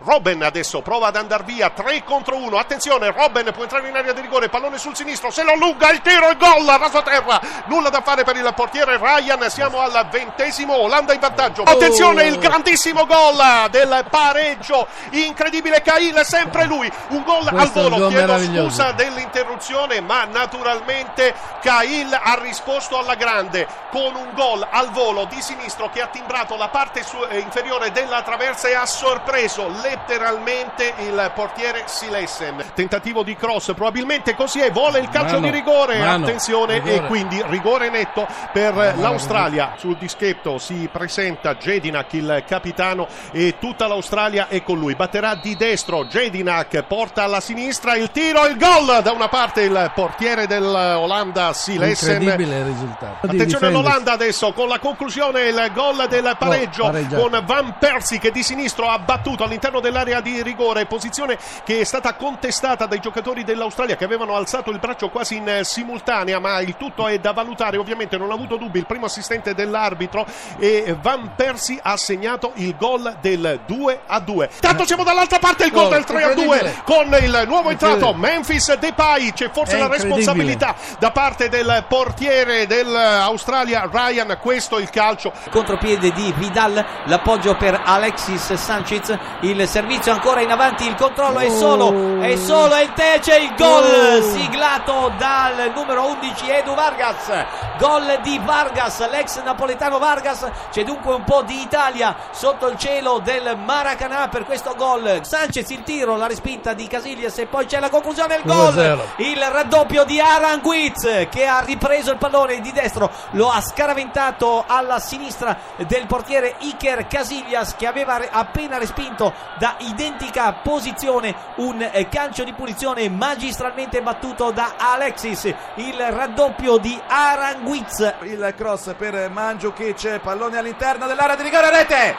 Robben adesso prova ad andare via, 3 contro 1, attenzione, Robben può entrare in area di rigore, pallone sul sinistro, se lo allunga, il tiro e gol, raso terra, nulla da fare per il portiere Ryan, siamo al 20°, Olanda in vantaggio, attenzione, il grandissimo gol del pareggio, incredibile Cahill, sempre lui, un gol al volo, chiedo scusa dell'interruzione, ma naturalmente Cahill ha risposto alla grande con un gol al volo di sinistro che ha timbrato la parte inferiore della traversa e ha sorpreso letteralmente il portiere Silesen. Tentativo di cross, probabilmente così è, vuole il calcio di rigore, attenzione, rigore. E quindi rigore netto per l'Australia. Sul dischetto si presenta Jedinak, il capitano, e tutta l'Australia è con lui, batterà di destro, Jedinak porta alla sinistra, il tiro, il gol, da una parte il portiere dell'Olanda Silesen. Incredibile risultato. Attenzione all'Olanda adesso con la conclusione, il gol del pareggio con Van Persie che di sinistro ha battuto all'interno dell'area di rigore, posizione che è stata contestata dai giocatori dell'Australia che avevano alzato il braccio quasi in simultanea, ma il tutto è da valutare, ovviamente non ha avuto dubbi il primo assistente dell'arbitro e Van Persie ha segnato il gol del 2-2. Tanto siamo dall'altra parte, il gol del 3-2 con il nuovo entrato Memphis Depay, c'è forse la responsabilità da parte del portiere dell'Australia Ryan, questo il calcio. Contropiede di Vidal, l'appoggio per Alexis Sanchez, il servizio ancora in avanti, il controllo è solo il Tece, il gol siglato dal numero 11 Edu Vargas, gol di Vargas, l'ex napoletano Vargas. C'è dunque un po' di Italia sotto il cielo del Maracanã per questo gol. Sanchez, il tiro, la respinta di Casillas e poi c'è la conclusione, il gol, il raddoppio di Aranguiz che ha ripreso il pallone di destro, lo ha scaraventato alla sinistra del portiere Iker Casillas che aveva appena respinto da identica posizione un calcio di punizione magistralmente battuto da Alexis, il raddoppio di Aranguiz. Il cross per Mandžukić, pallone all'interno dell'area di rigore,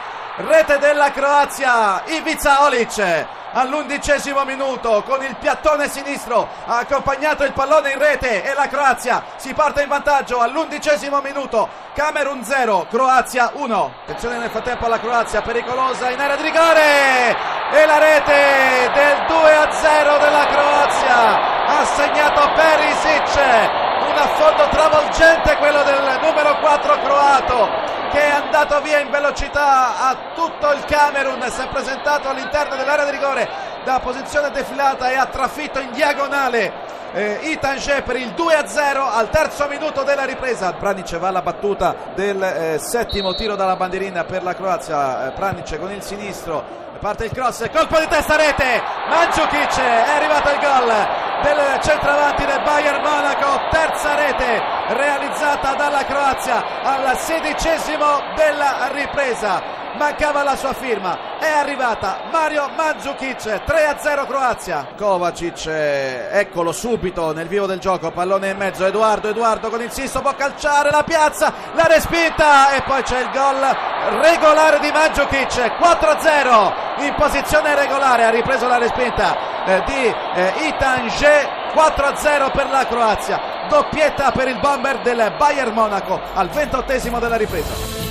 rete della Croazia, Ivica Olic all'11° minuto con il piattone sinistro ha accompagnato il pallone in rete e la Croazia si porta in vantaggio all'11° minuto. Camerun 0, Croazia 1. Attenzione nel frattempo alla Croazia, pericolosa in area di rigore e la rete del 2-0 della Croazia, ha segnato Perisic, un affondo travolgente quello del numero 4 croato che è andato via in velocità a tutto il Camerun, si è presentato all'interno dell'area di rigore da posizione defilata e ha trafitto in diagonale Itanger per il 2-0 al 3° minuto della ripresa. Pjanic va alla battuta del 7° tiro dalla bandierina per la Croazia. Pjanic con il sinistro, parte il cross, colpo di testa, rete, Mandžukić, è arrivato il gol del centravanti del Bayern Monaco, terza rete realizzata dalla Croazia al 16° della ripresa. Mancava la sua firma, è arrivata Mario Mandžukić, 3-0 Croazia. Kovacic, eccolo subito nel vivo del gioco, pallone in mezzo, Edoardo con il sinistro può calciare, la piazza, la respinta e poi c'è il gol regolare di Mandžukić, 4-0 in posizione regolare, ha ripreso la respinta di Itanger, 4-0 per la Croazia, doppietta per il bomber del Bayern Monaco al 28° della ripresa.